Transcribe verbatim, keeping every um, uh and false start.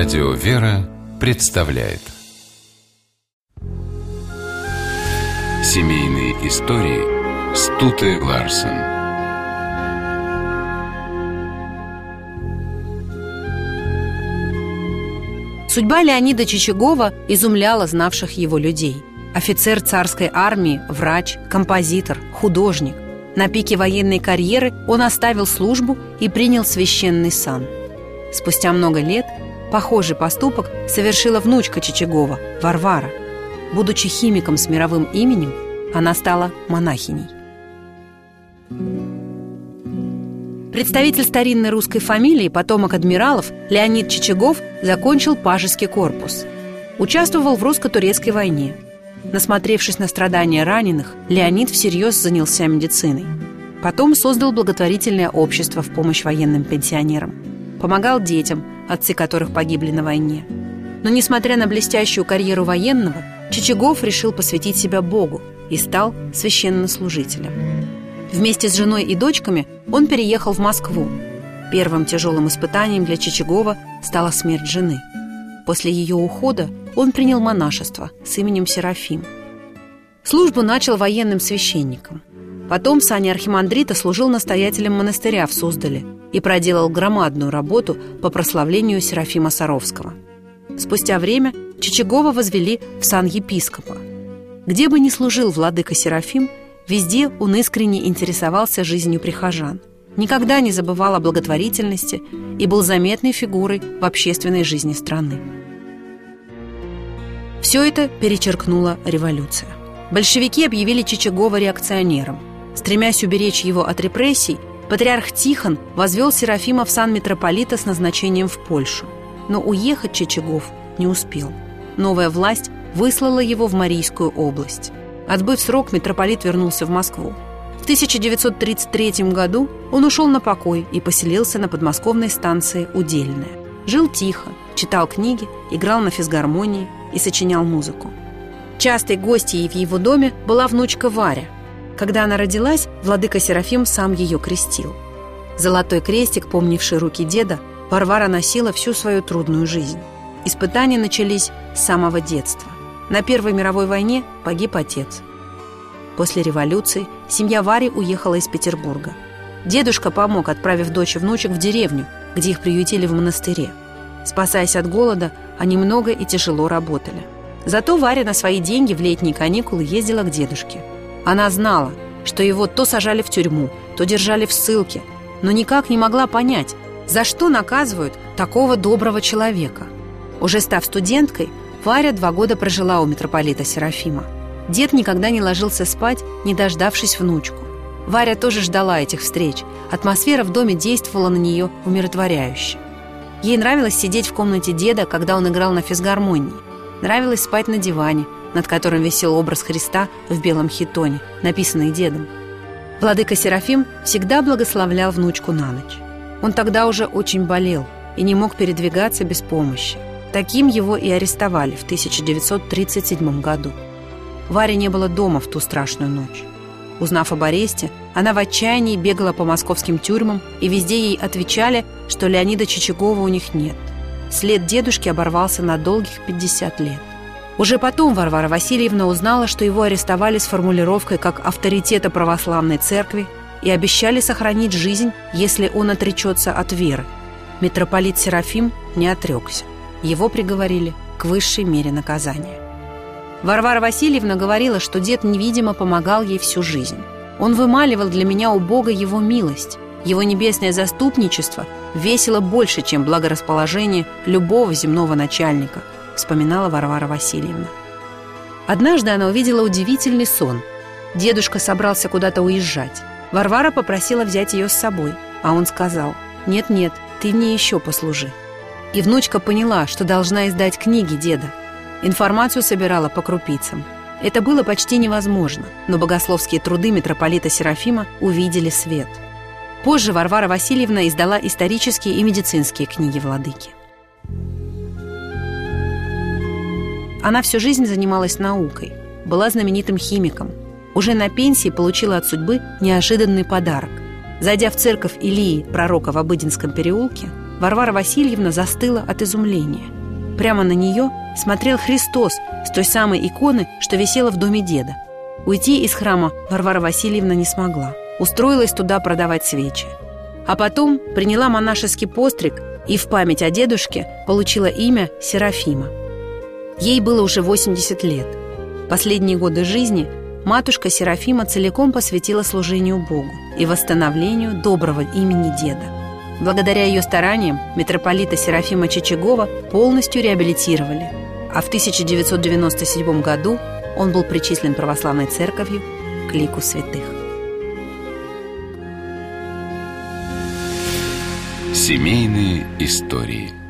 Радио «Вера» представляет семейные истории Стуте Ларсен. Судьба Леонида Чичагова изумляла знавших его людей. Офицер царской армии, врач, композитор, художник. На пике военной карьеры он оставил службу и принял священный сан. Спустя много лет похожий поступок совершила внучка Чичагова, Варвара. Будучи химиком с мировым именем, она стала монахиней. Представитель старинной русской фамилии, потомок адмиралов, Леонид Чичагов закончил Пажеский корпус. Участвовал в русско-турецкой войне. Насмотревшись на страдания раненых, Леонид всерьез занялся медициной. Потом создал благотворительное общество в помощь военным пенсионерам. Помогал детям, отцы которых погибли на войне. Но, несмотря на блестящую карьеру военного, Чичагов решил посвятить себя Богу и стал священнослужителем. Вместе с женой и дочками он переехал в Москву. Первым тяжелым испытанием для Чичагова стала смерть жены. После ее ухода он принял монашество с именем Серафим. Службу начал военным священником. Потом в сане архимандрита служил настоятелем монастыря в Суздале и проделал громадную работу по прославлению Серафима Саровского. Спустя время Чичагова возвели в сан епископа. Где бы ни служил владыка Серафим, везде он искренне интересовался жизнью прихожан, никогда не забывал о благотворительности и был заметной фигурой в общественной жизни страны. Все это перечеркнула революция. Большевики объявили Чичагова реакционером. Стремясь уберечь его от репрессий, патриарх Тихон возвел Серафима в сан митрополита с назначением в Польшу. Но уехать Чичагов не успел. Новая власть выслала его в Марийскую область. Отбыв срок, митрополит вернулся в Москву. В тысяча девятьсот тридцать третьем году он ушел на покой и поселился на подмосковной станции Удельная. Жил тихо, читал книги, играл на физгармонии и сочинял музыку. Частой гостьей в его доме была внучка Варя. Когда она родилась, владыка Серафим сам ее крестил. Золотой крестик, помнивший руки деда, Варвара носила всю свою трудную жизнь. Испытания начались с самого детства. На Первой мировой войне погиб отец. После революции семья Вари уехала из Петербурга. Дедушка помог, отправив дочь и внучек в деревню, где их приютили в монастыре. Спасаясь от голода, они много и тяжело работали. Зато Варя на свои деньги в летние каникулы ездила к дедушке. Она знала, что его то сажали в тюрьму, то держали в ссылке, но никак не могла понять, за что наказывают такого доброго человека. Уже став студенткой, Варя два года прожила у митрополита Серафима. Дед никогда не ложился спать, не дождавшись внучку. Варя тоже ждала этих встреч. Атмосфера в доме действовала на нее умиротворяюще. Ей нравилось сидеть в комнате деда, когда он играл на физгармонии. Нравилось спать на диване, над которым висел образ Христа в белом хитоне, написанный дедом. Владыка Серафим всегда благословлял внучку на ночь. Он тогда уже очень болел и не мог передвигаться без помощи. Таким его и арестовали в тысяча девятьсот тридцать седьмом году. Варе не было дома в ту страшную ночь. Узнав об аресте, она в отчаянии бегала по московским тюрьмам, и везде ей отвечали, что Леонида Чичагова у них нет. След дедушки оборвался на долгих пятьдесят лет. Уже потом Варвара Васильевна узнала, что его арестовали с формулировкой как авторитета православной церкви и обещали сохранить жизнь, если он отречется от веры. Митрополит Серафим не отрекся. Его приговорили к высшей мере наказания. Варвара Васильевна говорила, что дед невидимо помогал ей всю жизнь. Он вымаливал для меня у Бога его милость. Его небесное заступничество весило больше, чем благорасположение любого земного начальника, вспоминала Варвара Васильевна. Однажды она увидела удивительный сон. Дедушка собрался куда-то уезжать. Варвара попросила взять ее с собой, а он сказал: «Нет-нет, ты мне еще послужи». И внучка поняла, что должна издать книги деда. Информацию собирала по крупицам. Это было почти невозможно, но богословские труды митрополита Серафима увидели свет. Позже Варвара Васильевна издала исторические и медицинские книги владыки. Она всю жизнь занималась наукой, была знаменитым химиком. Уже на пенсии получила от судьбы неожиданный подарок. Зайдя в церковь Илии Пророка в Обыденском переулке, Варвара Васильевна застыла от изумления. Прямо на нее смотрел Христос с той самой иконы, что висела в доме деда. Уйти из храма Варвара Васильевна не смогла. Устроилась туда продавать свечи. А потом приняла монашеский постриг и в память о дедушке получила имя Серафима. Ей было уже восемьдесят лет. Последние годы жизни матушка Серафима целиком посвятила служению Богу и восстановлению доброго имени деда. Благодаря ее стараниям митрополита Серафима Чичагова полностью реабилитировали, а в тысяча девятьсот девяносто седьмом году он был причислен православной церковью к лику святых. Семейные истории.